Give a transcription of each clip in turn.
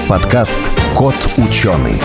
Подкаст «Кот ученый».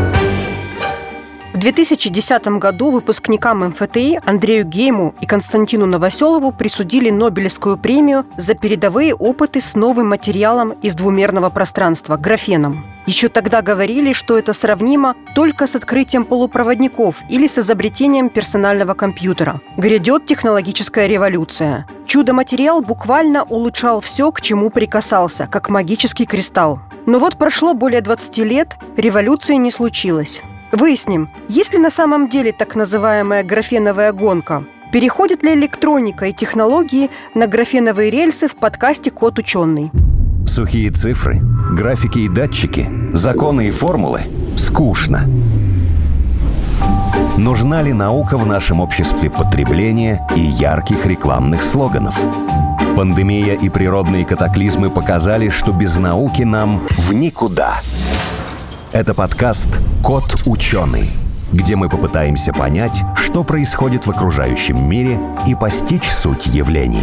В 2010 году выпускникам МФТИ Андрею Гейму и Константину Новоселову присудили Нобелевскую премию за передовые опыты с новым материалом из двумерного пространства – графеном. Еще тогда говорили, что это сравнимо только с открытием полупроводников или с изобретением персонального компьютера. Грядет технологическая революция. Чудо-материал буквально улучшал все, к чему прикасался, как магический кристалл. Но вот прошло более 20 лет, революции не случилось. Выясним, есть ли на самом деле так называемая графеновая гонка? Переходит ли электроника и технологии на графеновые рельсы в подкасте «Кот ученый». Сухие цифры, графики и датчики, законы и формулы – скучно. Нужна ли наука в нашем обществе потребления и ярких рекламных слоганов? Пандемия и природные катаклизмы показали, что без науки нам в никуда. Это подкаст «Кот ученый», где мы попытаемся понять, что происходит в окружающем мире и постичь суть явлений.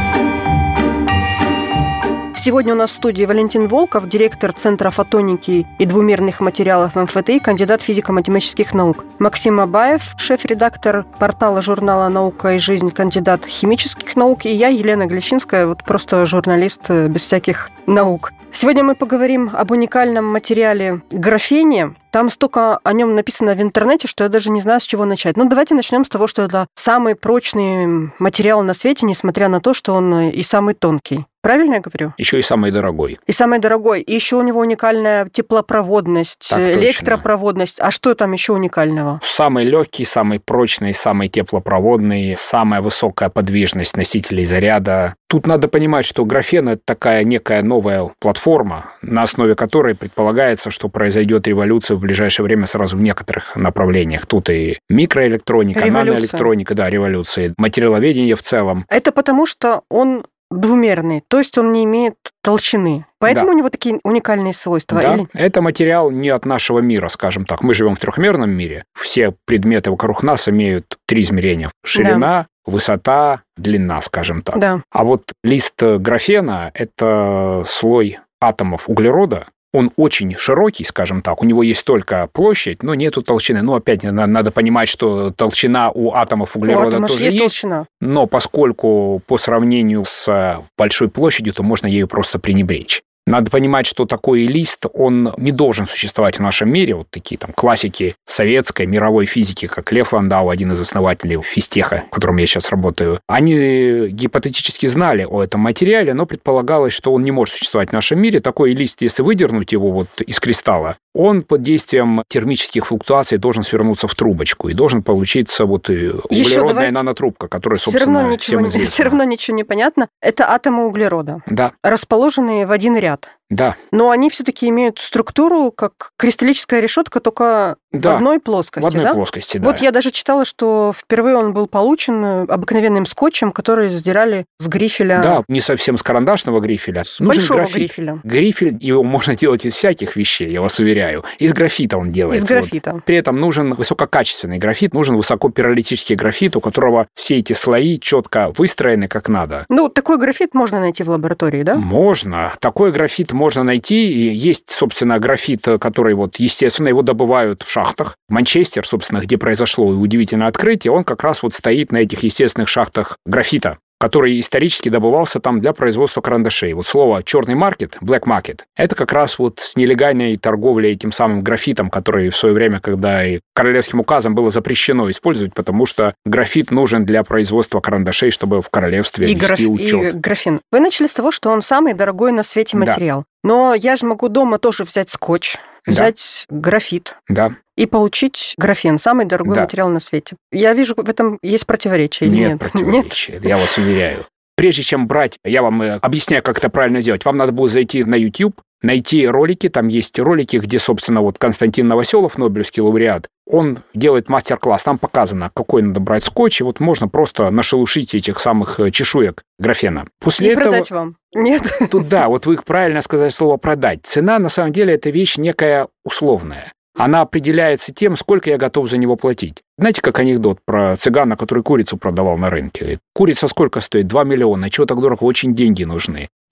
Сегодня у нас в студии Валентин Волков, директор Центра фотоники и двумерных материалов МФТИ, кандидат физико-математических наук. Максим Абаев, шеф-редактор портала журнала «Наука и жизнь», кандидат химических наук. И я, Елена Глещинская, просто журналист без всяких наук. Сегодня мы поговорим об уникальном материале графене. Там столько о нем написано в интернете, что я даже не знаю, с чего начать. Давайте начнем с того, что это самый прочный материал на свете, несмотря на то, что он и самый тонкий. Правильно я говорю? Еще и самый дорогой. И самый дорогой. И еще у него уникальная теплопроводность, так электропроводность. А что там еще уникального? Самый легкий, самый прочный, самый теплопроводный, самая высокая подвижность носителей заряда. Тут надо понимать, что графен – это такая некая новая платформа, на основе которой предполагается, что произойдет революция в ближайшее время сразу в некоторых направлениях. Тут и микроэлектроника, наноэлектроника, революция, материаловедение в целом. Это потому, что он двумерный, то есть он не имеет толщины. Поэтому у него такие уникальные свойства. Да, или... это материал не от нашего мира, скажем так. Мы живем в трехмерном мире. Все предметы вокруг нас имеют 3 измерения. Ширина, высота, длина, скажем так. Да. А вот лист графена – это слой атомов углерода. Он очень широкий, скажем так, у него есть только площадь, но нету толщины. Опять надо понимать, что толщина у атомов углерода тоже есть. Толщина. Но поскольку по сравнению с большой площадью, то можно ею просто пренебречь. Надо понимать, что такой лист, он не должен существовать в нашем мире. Вот такие классики советской, мировой физики, как Лев Ландау, один из основателей физтеха, в котором я сейчас работаю, они гипотетически знали о этом материале, но предполагалось, что он не может существовать в нашем мире. Такой лист, если выдернуть его из кристалла, он под действием термических флуктуаций должен свернуться в трубочку, и должен получиться углеродная нанотрубка, которая, собственно, всем известна. Все равно ничего не понятно. Это атомы углерода, расположенные в один ряд. Да. Но они все-таки имеют структуру, как кристаллическая решетка, только в одной плоскости. В одной плоскости, да. Вот я даже читала, что впервые он был получен обыкновенным скотчем, который сдирали с грифеля. Да, не совсем с карандашного грифеля. Большого грифеля. Грифель, его можно делать из всяких вещей, я вас уверяю. Из графита он делается. Из графита. При этом нужен высококачественный графит, нужен высокопиролитический графит, у которого все эти слои четко выстроены как надо. Такой графит можно найти в лаборатории, да? Можно. Такой графит можно найти. И есть, собственно, графит, который, естественно, его добывают в шахтах. Манчестер, собственно, где произошло удивительное открытие, он как раз стоит на этих естественных шахтах графита, который исторически добывался там для производства карандашей. Слово «черный маркет», «black market», это как раз с нелегальной торговлей этим самым графитом, который в свое время, когда и королевским указом было запрещено использовать, потому что графит нужен для производства карандашей, чтобы в королевстве вести учет. И графен. Вы начали с того, что он самый дорогой на свете материал. Да. Но я же могу дома тоже взять скотч, взять графит и получить графен, самый дорогой материал на свете. Я вижу, в этом есть противоречие. Нет противоречия, я вас уверяю. Прежде чем брать, я вам объясняю, как это правильно сделать. Вам надо будет зайти на YouTube, найти ролики. Там есть ролики, где, собственно, Константин Новоселов, Нобелевский лауреат, он делает мастер-класс. Там показано, какой надо брать скотч, и можно просто нашелушить этих самых чешуек графена. После этого... продать вам. Нет? Тут вы правильно сказали слово «продать». Цена, на самом деле, это вещь некая условная. Она определяется тем, сколько я готов за него платить. Знаете, как анекдот про цыгана, который курицу продавал на рынке? Курица сколько стоит? 2 миллиона. Чего так дорого? Очень деньги нужны.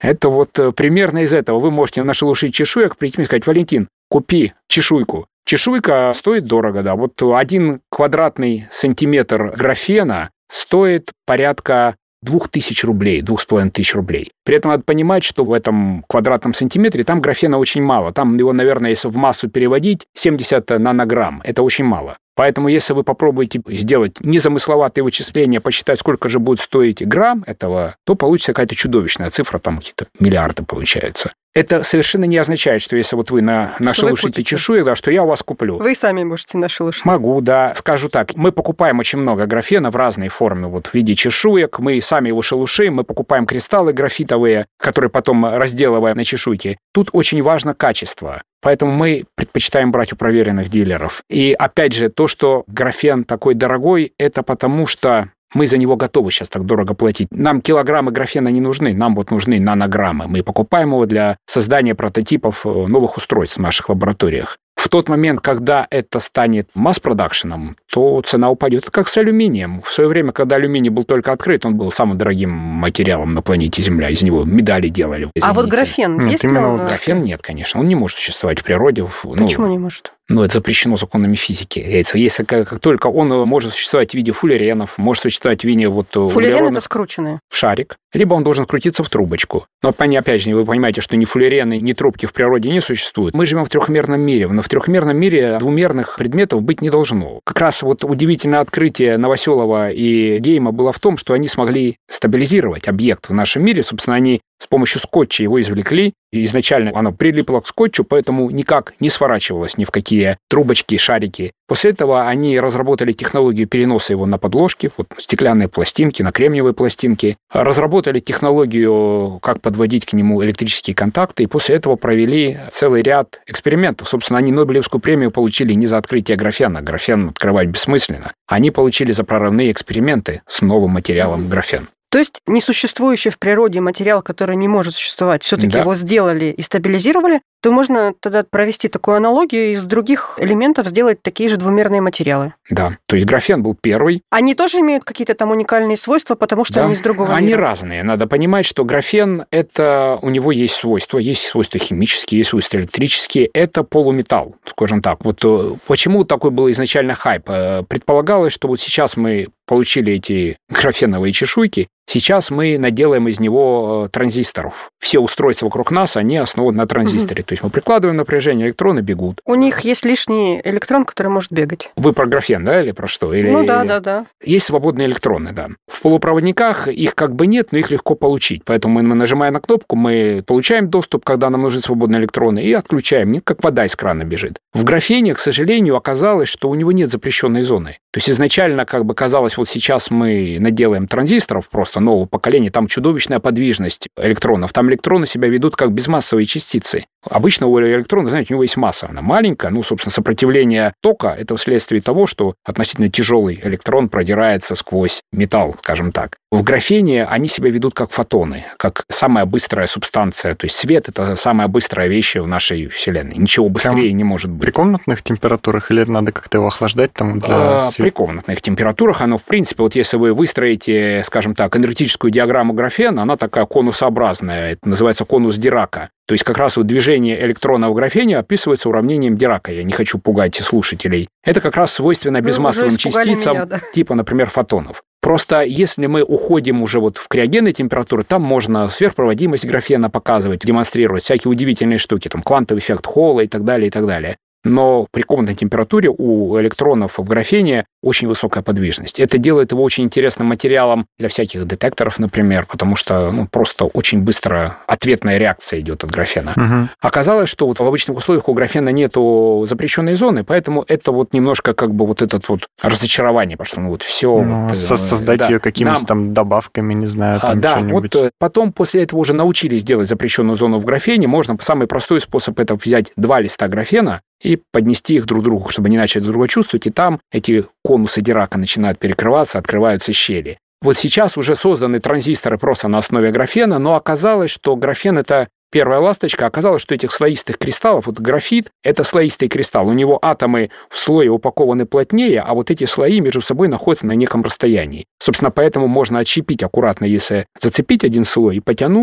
Это вот примерно из этого. Вы можете нашелушить чешуек, прийти и сказать: Валентин, купи чешуйку. Чешуйка стоит дорого, да. Вот 1 квадратный сантиметр графена стоит порядка 2000 рублей, 2500 рублей. При этом надо понимать, что в этом квадратном сантиметре там графена очень мало. Там его, наверное, если в массу переводить, 70 нанограмм. Это очень мало. Поэтому, если вы попробуете сделать незамысловатые вычисления, посчитать, сколько же будет стоить грамм этого, то получится какая-то чудовищная цифра, там какие-то миллиарды получается. Это совершенно не означает, что если вот вы нашелушите чешуек, да, что я у вас куплю. Вы сами можете нашелушить. Могу, да. Скажу так, мы покупаем очень много графена в разной форме, вот в виде чешуек, мы сами его шелушим, мы покупаем кристаллы графитовые, которые потом разделываем на чешуйки. Тут очень важно качество. Поэтому мы предпочитаем брать у проверенных дилеров. И опять же, то, что графен такой дорогой, это потому что мы за него готовы сейчас так дорого платить. Нам килограммы графена не нужны, нам вот нужны нанограммы. Мы покупаем его для создания прототипов новых устройств в наших лабораториях. В тот момент, когда это станет масс-продакшеном, то цена упадет. Это как с алюминием. В свое время, когда алюминий был только открыт, он был самым дорогим материалом на планете Земля. Из него медали делали. А вот графен есть ли он? Графен нет, конечно. Он не может существовать в природе. Почему не может? Это запрещено законами физики. Если как только он может существовать в виде фуллеренов, может существовать в виде фуллерен — это скрученные. В шарик, либо он должен крутиться в трубочку. Но опять же, вы понимаете, что ни фуллерены, ни трубки в природе не существуют. Мы живем в трехмерном мире, но в трехмерном мире двумерных предметов быть не должно. Как раз вот удивительное открытие Новоселова и Гейма было в том, что они смогли стабилизировать объект в нашем мире. Собственно, они с помощью скотча его извлекли. Изначально оно прилипло к скотчу, поэтому никак не сворачивалось ни в какие трубочки, шарики. После этого они разработали технологию переноса его на подложки, вот стеклянные пластинки, на кремниевые пластинки. Разработали технологию, как подводить к нему электрические контакты, и после этого провели целый ряд экспериментов. Собственно, они Нобелевскую премию получили не за открытие графена. Графен открывать бессмысленно. Они получили за прорывные эксперименты с новым материалом графен. То есть несуществующий в природе материал, который не может существовать, все-таки его сделали и стабилизировали, то можно тогда провести такую аналогию и из других элементов сделать такие же двумерные материалы. Да, то есть графен был первый. Они тоже имеют какие-то там уникальные свойства, потому что они из другого мира? Они разные. Надо понимать, что графен, у него есть свойства химические, есть свойства электрические. Это полуметалл, скажем так. Вот почему такой был изначально хайп? Предполагалось, что вот сейчас мы получили эти графеновые чешуйки, сейчас мы наделаем из него транзисторов. Все устройства вокруг нас, они основаны на транзисторе. То есть мы прикладываем напряжение, электроны бегут. У них есть лишний электрон, который может бегать. Вы про графен, да, или про что? Да. Есть свободные электроны, да. В полупроводниках их как бы нет, но их легко получить. Поэтому мы, нажимая на кнопку, мы получаем доступ, когда нам нужны свободные электроны, и отключаем. Как вода из крана бежит. В графене, к сожалению, оказалось, что у него нет запрещенной зоны. То есть изначально казалось, вот сейчас мы наделаем транзисторов просто нового поколения, там чудовищная подвижность электронов. Там электроны себя ведут как безмассовые частицы. Обычно у электрона, знаете, у него есть масса. Она маленькая, собственно, сопротивление тока – это вследствие того, что относительно тяжелый электрон продирается сквозь металл, скажем так. В графене они себя ведут как фотоны, как самая быстрая субстанция. То есть свет – это самая быстрая вещь в нашей Вселенной. Ничего быстрее не может быть. При комнатных температурах или надо как-то его охлаждать При комнатных температурах оно, в принципе, вот если вы выстроите, скажем так, энергетическую диаграмму графена, она такая конусообразная. Это называется конус Дирака. То есть как раз вот движение электрона в графене описывается уравнением Дирака. Я не хочу пугать слушателей. Это как раз свойственно безмассовым частицам, типа, например, фотонов. Просто если мы уходим уже в криогенные температуры, там можно сверхпроводимость графена показывать, демонстрировать всякие удивительные штуки, там квантовый эффект Холла и так далее, и так далее. Но при комнатной температуре у электронов в графене очень высокая подвижность. Это делает его очень интересным материалом для всяких детекторов, например, потому что просто очень быстро ответная реакция идет от графена. Угу. Оказалось, что в обычных условиях у графена нету запрещенной зоны, поэтому это немножко разочарование пошло. Все. Создать ее какими-то там добавками, не знаю, что-нибудь. Потом после этого уже научились делать запрещенную зону в графене. Можно, самый простой способ, это взять 2 листа графена и поднести их друг к другу, чтобы они начали друг друга чувствовать, и там эти конусы Дирака начинают перекрываться, открываются щели. Вот сейчас уже созданы транзисторы просто на основе графена, но оказалось, что графен – это первая ласточка. Оказалось, что этих слоистых кристаллов, графит – это слоистый кристалл. У него атомы в слое упакованы плотнее, а эти слои между собой находятся на неком расстоянии. Собственно, поэтому можно отщепить аккуратно, если зацепить один слой и потянуть,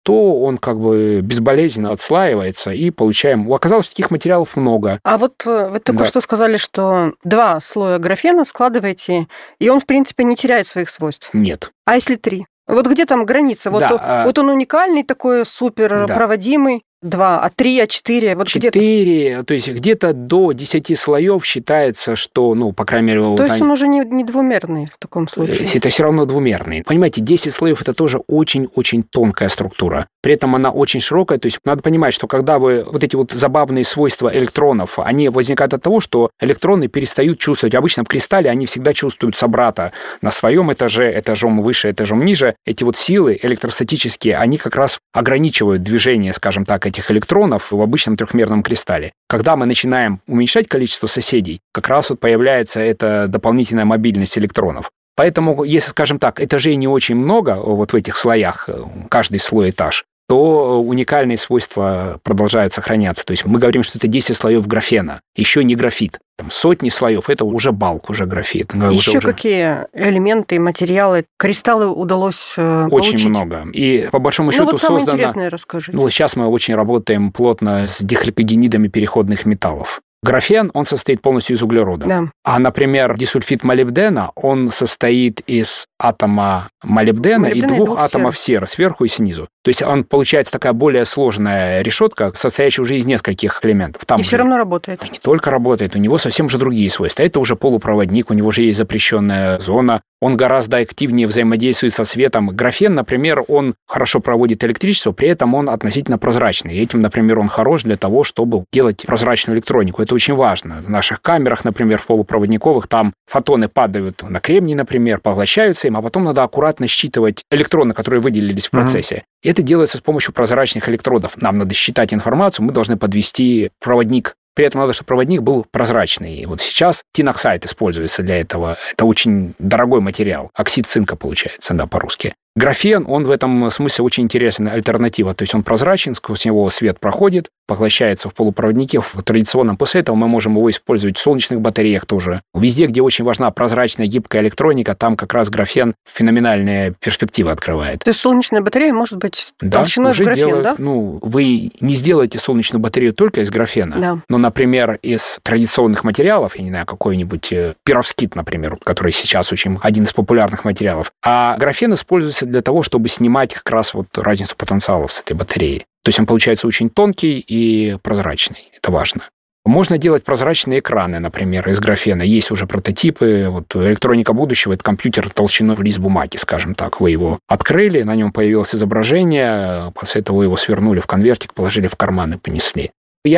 то он как бы безболезненно отслаивается, и получаем... Оказалось, что таких материалов много. А вот вы только что сказали, что 2 слоя графена складываете, и он, в принципе, не теряет своих свойств. Нет. А если 3? Вот где там граница? Вот он уникальный такой, супер проводимый. 2, а 3, а 4? Вот 4, то есть где-то до 10 слоев считается, что, по крайней мере... То есть он уже не двумерный в таком случае? Это все равно двумерный. Понимаете, 10 слоев – это тоже очень-очень тонкая структура. При этом она очень широкая. То есть надо понимать, что когда вы вот эти вот забавные свойства электронов, они возникают от того, что электроны перестают чувствовать. Обычно в кристалле они всегда чувствуют собрата на своем этаже, этажом выше, этажом ниже. Эти вот силы электростатические, они как раз ограничивают движение, скажем так, этих электронов в обычном трехмерном кристалле. Когда мы начинаем уменьшать количество соседей, как раз вот появляется эта дополнительная мобильность электронов. Поэтому, если, скажем так, этажей не очень много вот в этих слоях, каждый слой этаж, то уникальные свойства продолжают сохраняться. То есть мы говорим, что это 10 слоев графена, еще не графит. Там сотни слоев, это уже балк, уже графит. Еще какие элементы, материалы, кристаллы удалось получить? Очень много. И по большому счету самое создано... интересное расскажите. Сейчас мы очень работаем плотно с дихлоргидинидами переходных металлов. Графен, он состоит полностью из углерода. Да. А, например, дисульфид молибдена, он состоит из атома молибдена и 2 атомов серы, сверху и снизу. То есть он, получается, такая более сложная решетка, состоящая уже из нескольких элементов. Там и все равно работает. Не только работает, у него совсем же другие свойства. Это уже полупроводник, у него же есть запрещенная зона, он гораздо активнее взаимодействует со светом. Графен, например, он хорошо проводит электричество, при этом он относительно прозрачный. И этим, например, он хорош для того, чтобы делать прозрачную электронику. Это очень важно. В наших камерах, например, в полупроводниковых, там фотоны падают на кремний, например, поглощаются им, а потом надо аккуратно считывать электроны, которые выделились в процессе. И это делается с помощью прозрачных электродов. Нам надо считать информацию, мы должны подвести проводник. При этом надо, чтобы проводник был прозрачный. И вот сейчас тиноксайд используется для этого. Это очень дорогой материал. Оксид цинка получается, да, по-русски. Графен, он в этом смысле очень интересная альтернатива. То есть он прозрачен, сквозь него свет проходит, поглощается в полупроводнике, в традиционном. После этого мы можем его использовать в солнечных батареях тоже. Везде, где очень важна прозрачная гибкая электроника, там как раз графен феноменальные перспективы открывает. То есть солнечная батарея может быть толщиной в графен, да? Вы не сделаете солнечную батарею только из графена, но, например, из традиционных материалов, я не знаю, какой-нибудь перовскит, например, который сейчас очень один из популярных материалов. А графен используется для того, чтобы снимать как раз вот разницу потенциалов с этой батареи. То есть он получается очень тонкий и прозрачный. Это важно. Можно делать прозрачные экраны, например, из графена. Есть уже прототипы. Вот электроника будущего – это компьютер толщиной в лист бумаги, скажем так. Вы его открыли, на нем появилось изображение, после этого вы его свернули в конвертик, положили в карман и понесли.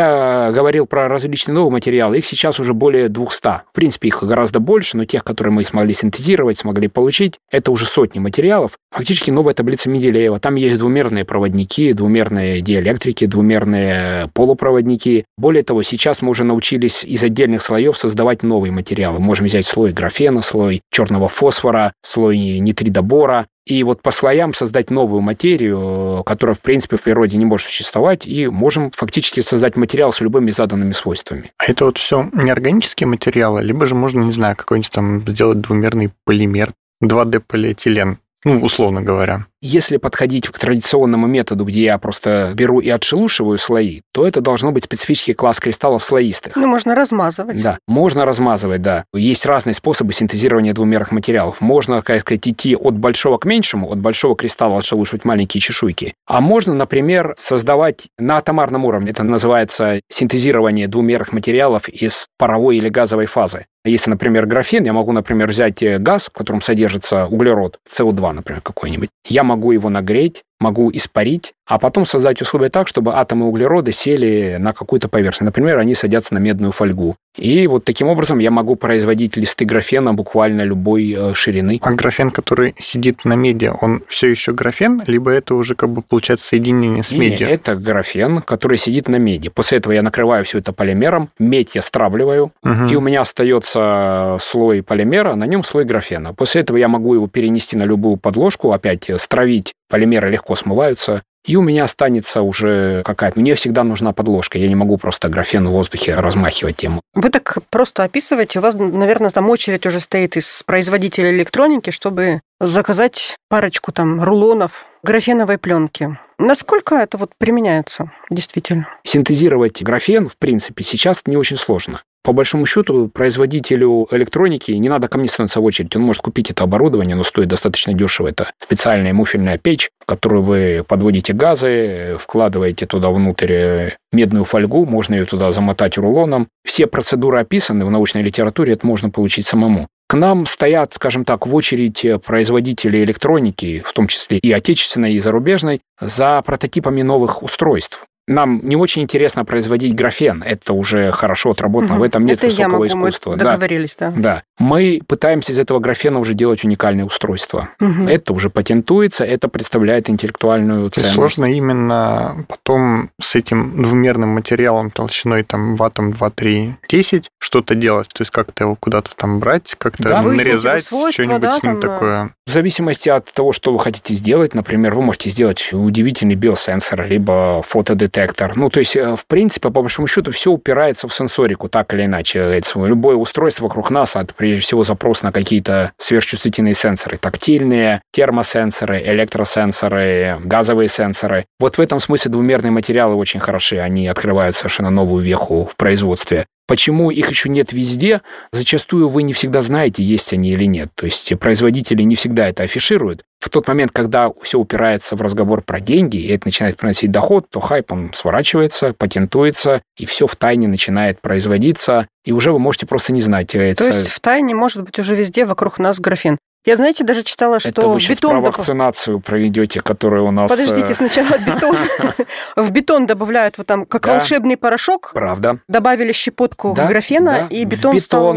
Я говорил про различные новые материалы, их сейчас уже более 200. В принципе, их гораздо больше, но тех, которые мы смогли синтезировать, смогли получить, это уже сотни материалов. Фактически новая таблица Менделеева. Там есть двумерные проводники, двумерные диэлектрики, двумерные полупроводники. Более того, сейчас мы уже научились из отдельных слоев создавать новые материалы. Можем взять слой графена, слой черного фосфора, слой нитридобора. И вот по слоям создать новую материю, которая, в принципе, в природе не может существовать, и можем фактически создать материал с любыми заданными свойствами. А это вот все неорганические материалы, либо же можно, не знаю, какой-нибудь там сделать двумерный полимер, 2D-полиэтилен, условно говоря. Если подходить к традиционному методу, где я просто беру и отшелушиваю слои, то это должно быть специфический класс кристаллов слоистых. Можно размазывать. Да, можно размазывать, да. Есть разные способы синтезирования двумерных материалов. Можно, как сказать, идти от большого к меньшему, от большого кристалла отшелушивать маленькие чешуйки. А можно, например, создавать на атомарном уровне. Это называется синтезирование двумерных материалов из паровой или газовой фазы. Если, например, графен, я могу, например, взять газ, в котором содержится углерод, СО2, например, какой-нибудь. Я могу его нагреть, могу испарить, а потом создать условия так, чтобы атомы углерода сели на какую-то поверхность. Например, они садятся на медную фольгу. И вот таким образом я могу производить листы графена буквально любой ширины. А графен, который сидит на меди, он все еще графен, либо это уже как бы получается соединение с медью? Нет, это графен, который сидит на меди. После этого я накрываю все это полимером, медь я стравливаю, и у меня остается слой полимера, на нем слой графена. После этого я могу его перенести на любую подложку, опять стравить, полимеры легко смываются, и у меня останется уже какая-то... Мне всегда нужна подложка, я не могу просто графен в воздухе размахивать им. Вы так просто описываете, у вас, наверное, там очередь уже стоит из производителей электроники, чтобы заказать парочку там рулонов графеновой пленки. Насколько это вот применяется действительно? Синтезировать графен, в принципе, сейчас не очень сложно. По большому счету, производителю электроники не надо ко мне становиться в очередь. Он может купить это оборудование, оно стоит достаточно дешево. Это специальная муфельная печь, в которую вы подводите газы, вкладываете туда внутрь медную фольгу, можно ее туда замотать рулоном. Все процедуры описаны в научной литературе, это можно получить самому. К нам стоят, скажем так, в очередь производители электроники, в том числе и отечественной, и зарубежной, за прототипами новых устройств. Нам не очень интересно производить графен, это уже хорошо отработано, в этом нет это высокого я могу, искусства. Мы договорились, да. Да. Мы пытаемся из этого графена уже делать уникальные устройства. Это уже патентуется, это представляет интеллектуальную ценность. Сложно именно потом с этим двумерным материалом толщиной там, в атом 2, 3, 10 что-то делать, то есть как-то его куда-то там брать, как-то нарезать, что-нибудь с ним такое. В зависимости от того, что вы хотите сделать, например, вы можете сделать удивительный биосенсор, либо фотодетектор. Ну, то есть, в принципе, по большому счету, все упирается в сенсорику, так или иначе. Любое устройство вокруг нас, это прежде всего запрос на какие-то сверхчувствительные сенсоры. Тактильные, термосенсоры, электросенсоры, газовые сенсоры. Вот в этом смысле двумерные материалы очень хороши. Они открывают совершенно новую веху в производстве. Почему их еще нет везде? Зачастую вы не всегда знаете, есть они или нет. То есть производители не всегда это афишируют. В тот момент, когда все упирается в разговор про деньги, и это начинает приносить доход, то хайп, он сворачивается, патентуется, и все втайне начинает производиться, и уже вы можете просто не знать. То есть втайне может быть уже везде вокруг нас графен. Я, знаете, даже читала, что это вы сейчас про вакцинацию проведете, которая у нас... Подождите, сначала бетон. В бетон добавляют вот там, как волшебный порошок. Правда. Добавили щепотку графена, и бетон стал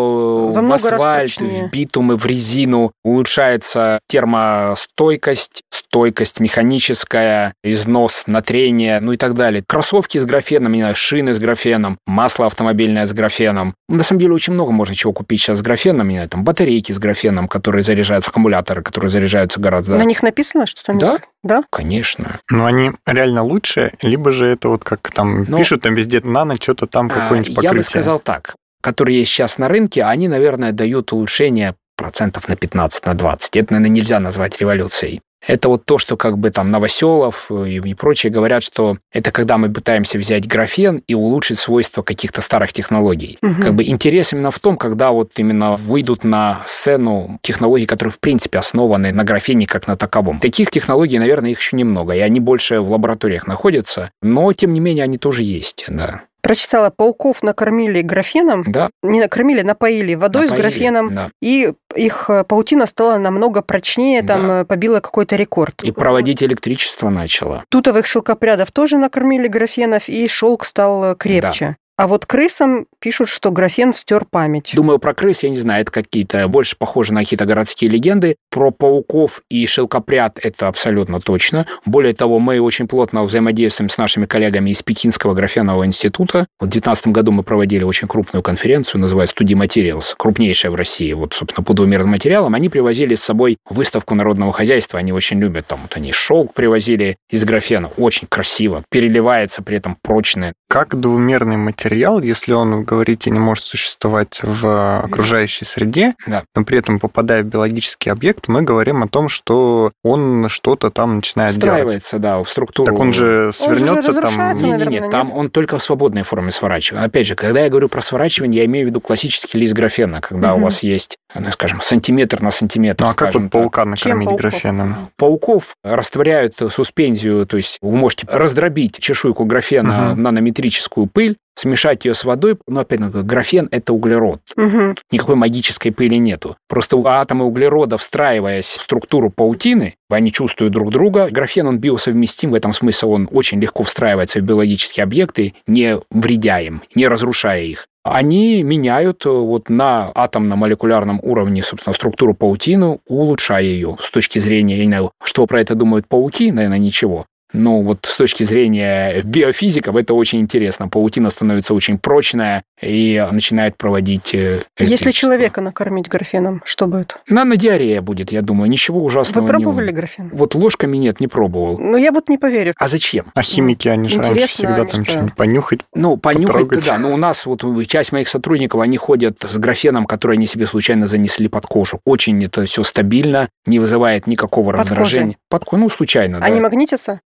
в асфальт, в битум и в резину. Улучшается термостойкость, стойкость механическая, износ, натрение, ну и так далее. Кроссовки с графеном, не знаю, шины с графеном, масло автомобильное с графеном. На самом деле очень много можно чего купить сейчас с графеном. Не знаю, там батарейки с графеном, которые заряжаются, аккумуляторы, которые заряжаются гораздо... На них написано, что там... Да, конечно. Но они реально лучше, либо же это вот как там пишут, там везде нано, что-то там какое-нибудь покрытие. Я бы сказал так. Которые есть сейчас на рынке, они, наверное, дают улучшение процентов на 15, на 20. Это, наверное, нельзя назвать революцией. Это вот то, что как бы там Новоселов и прочие говорят, что это когда мы пытаемся взять графен и улучшить свойства каких-то старых технологий. Как бы интерес именно в том, когда вот именно выйдут на сцену технологии, которые в принципе основаны на графене как на таковом. Таких технологий, наверное, их еще немного, и они больше в лабораториях находятся, но тем не менее они тоже есть, да. Прочитала, пауков накормили графеном, не накормили, напоили водой с графеном, и их паутина стала намного прочнее, там побила какой-то рекорд. И проводить электричество начало. Тутовых шелкопрядов тоже накормили графенов, и шелк стал крепче. А вот крысам пишут, что графен стер память. Думаю, про крыс, я не знаю, это какие-то больше похожи на какие-то городские легенды. Про пауков и шелкопряд это абсолютно точно. Более того, мы очень плотно взаимодействуем с нашими коллегами из Пекинского графенового института. В 2019 году мы проводили очень крупную конференцию, называется Study Materials, крупнейшая в России, вот, собственно, по двумерным материалам. Они привозили с собой выставку народного хозяйства, они очень любят, там, вот они шелк привозили из графена, очень красиво, переливается, при этом прочное. Как двумерный материал, если он, вы говорите, не может существовать в окружающей среде, но при этом, попадая в биологический объект, мы говорим о том, что он что-то там начинает делать. Встраивается, в структуру. Так он же свернется там? Нет, там он только в свободной форме сворачивается. Опять же, когда я говорю про сворачивание, я имею в виду классический лист графена, когда у вас есть, скажем, сантиметр на сантиметр. Ну, а как вот паука накормить графеном? Пауков растворяют суспензию, то есть вы можете раздробить чешуйку графена на нанометрическую пыль, смешать ее с водой, но опять же, графен – это углерод. Никакой магической пыли нету. Просто атомы углерода, встраиваясь в структуру паутины, они чувствуют друг друга. Графен, он биосовместим, в этом смысле он очень легко встраивается в биологические объекты, не вредя им, не разрушая их. Они меняют вот на атомно-молекулярном уровне, собственно, структуру паутины, улучшая ее с точки зрения, я не знаю, что про это думают пауки, наверное, ничего. Но вот с точки зрения биофизиков это очень интересно. Паутина становится очень прочная и начинает проводить электричество. Если человека накормить графеном, что будет? Диарея будет, я думаю. Ничего ужасного. Вы пробовали графен? Вот ложками нет, не пробовал. Ну, я вот не поверю. А зачем? А химики, они же раньше всегда там что-нибудь понюхать, понюхать, да. Но у нас вот часть моих сотрудников, они ходят с графеном, который они себе случайно занесли под кожу. Очень это все стабильно, не вызывает никакого раздражения. Случайно, да. Они магнитятся?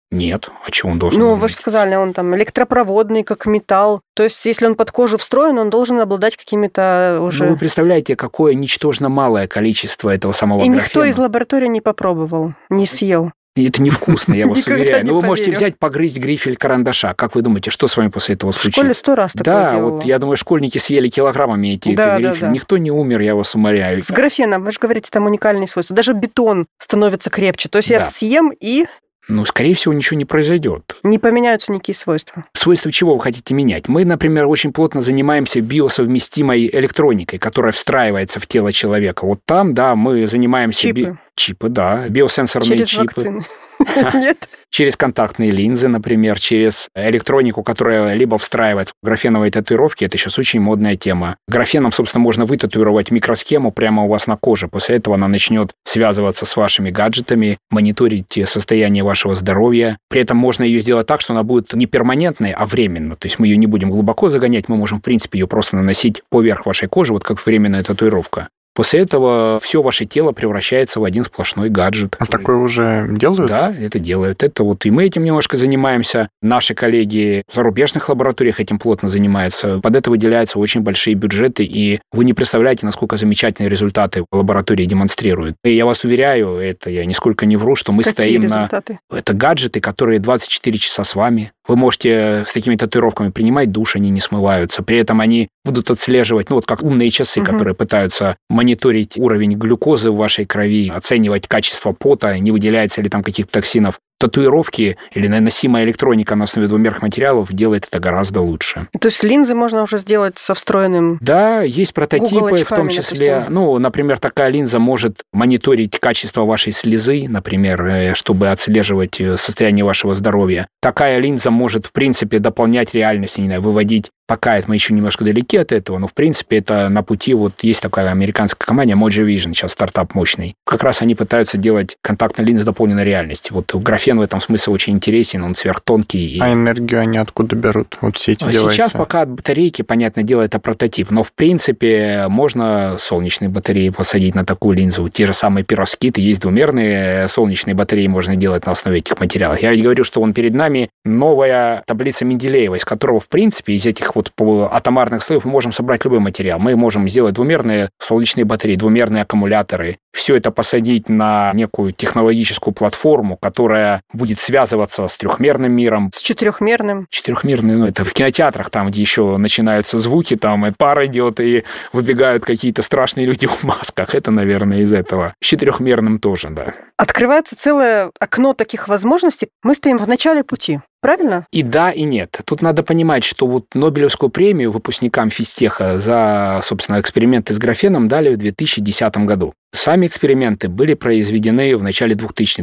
Нет. А чего он должен? Вы же сказали, он там электропроводный, как металл. То есть, если он под кожу встроен, он должен обладать какими-то уже... Вы представляете, какое ничтожно малое количество этого самого графена. И никто из лаборатории не попробовал, не съел. И это невкусно, я вас уверяю. Но вы можете взять, погрызть грифель карандаша. Как вы думаете, что с вами после этого случится? В школе 100 раз такое делала. Вот я думаю, школьники съели килограммами эти грифели. Да. Никто не умер, я вас умоляю. С графеном, вы же говорите, там уникальные свойства. Даже бетон становится крепче. То есть я съем и... скорее всего, ничего не произойдет. Не поменяются никакие свойства. Свойства чего вы хотите менять? Мы, например, очень плотно занимаемся биосовместимой электроникой, которая встраивается в тело человека. Вот там, мы занимаемся... Чипы, да. Биосенсорные Через чипы. Вакцины. Нет? Через контактные линзы, например, через электронику, которая либо встраивается в графеновые татуировки. Это сейчас очень модная тема. Графеном, собственно, можно вытатуировать микросхему прямо у вас на коже. После этого она начнет связываться с вашими гаджетами, мониторить состояние вашего здоровья. При этом можно ее сделать так, что она будет не перманентной, а временно. То есть мы ее не будем глубоко загонять, мы можем, в принципе, ее просто наносить поверх вашей кожи, вот как временная татуировка. После этого все ваше тело превращается в один сплошной гаджет. А такое уже делают? Да, это делают. Это и мы этим немножко занимаемся. Наши коллеги в зарубежных лабораториях этим плотно занимаются. Под это выделяются очень большие бюджеты, и вы не представляете, насколько замечательные результаты лаборатории демонстрируют. И я вас уверяю, я нисколько не вру, что мы стоим результаты? Это гаджеты, которые 24 часа с вами. Вы можете с такими татуировками принимать душ, они не смываются. При этом они будут отслеживать, как умные часы, которые пытаются мониторить уровень глюкозы в вашей крови, оценивать качество пота, не выделяется ли там каких-то токсинов. Татуировки или наносимая электроника на основе двумерных материалов делает это гораздо лучше. То есть линзы можно уже сделать со встроенным... Да, есть прототипы, в том числе... например, такая линза может мониторить качество вашей слезы, например, чтобы отслеживать состояние вашего здоровья. Такая линза может, в принципе, дополнять реальность, выводить. Пока мы еще немножко далеки от этого, но, в принципе, это на пути. Есть такая американская компания Mojo Vision, сейчас стартап мощный. Как раз они пытаются делать контактные линзы дополненной реальности. Графен в этом смысле очень интересен, он сверхтонкий. А энергию они откуда берут? Все эти девайсы? Сейчас пока от батарейки, понятное дело, это прототип. Но, в принципе, можно солнечные батареи посадить на такую линзу. Те же самые пировскиты, есть двумерные солнечные батареи, можно делать на основе этих материалов. Я ведь говорю, что перед нами новая таблица Менделеева, из которого, в принципе, из этих атомарных слоев мы можем собрать любой материал. Мы можем сделать двумерные солнечные батареи, двумерные аккумуляторы. Все это посадить на некую технологическую платформу, которая будет связываться с трехмерным миром. С четырехмерным. Четырехмерный, это в кинотеатрах, там, где еще начинаются звуки, там и пар идет, и выбегают какие-то страшные люди в масках. Это, наверное, из этого. С четырехмерным тоже, да. Открывается целое окно таких возможностей. Мы стоим в начале пути. Правильно? И да, и нет. Тут надо понимать, что Нобелевскую премию выпускникам физтеха за, собственно, эксперименты с графеном дали в 2010 году. Сами эксперименты были произведены в начале 2000-х,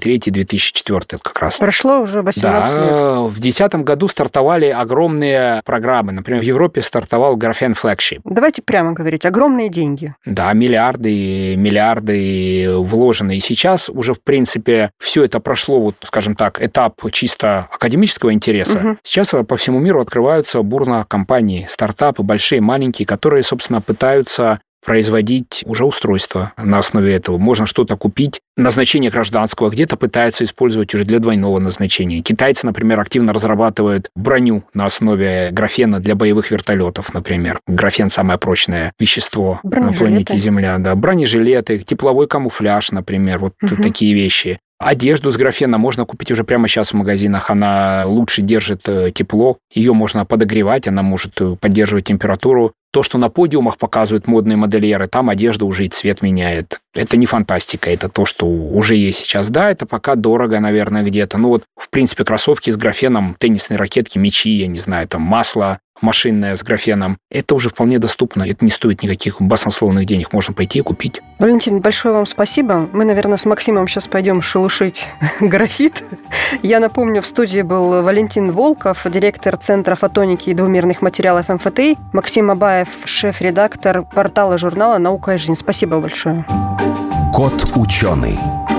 2003-2004 как раз. Прошло уже 18 лет. В 2010 году стартовали огромные программы. Например, в Европе стартовал графен Flagship. Давайте прямо говорить, огромные деньги. Да, миллиарды вложены. И сейчас уже, в принципе, все это прошло, скажем так, этап чисто академического интереса. Угу. Сейчас по всему миру открываются бурно компании, стартапы, большие, маленькие, которые, собственно, пытаются производить уже устройства на основе этого. Можно что-то купить, назначение гражданского, где-то пытаются использовать уже для двойного назначения. Китайцы, например, активно разрабатывают броню на основе графена для боевых вертолетов, например. Графен – самое прочное вещество на планете Земля. Да. Бронежилеты, тепловой камуфляж, например, такие вещи. Одежду с графена можно купить уже прямо сейчас в магазинах. Она лучше держит тепло. Ее можно подогревать, она может поддерживать температуру. То, что на подиумах показывают модные модельеры, там одежда уже и цвет меняет. Это не фантастика, это то, что уже есть сейчас. Да, это пока дорого, наверное, где-то. В принципе, кроссовки с графеном, теннисные ракетки, мячи, я не знаю, масло машинное с графеном. Это уже вполне доступно. Это не стоит никаких баснословных денег. Можно пойти и купить. Валентин, большое вам спасибо. Мы, наверное, с Максимом сейчас пойдем шелушить графит. Я напомню, в студии был Валентин Волков, директор Центра фотоники и двумерных материалов МФТИ, Максим Абаев, шеф-редактор портала журнала «Наука и жизнь». Спасибо большое. Кот ученый.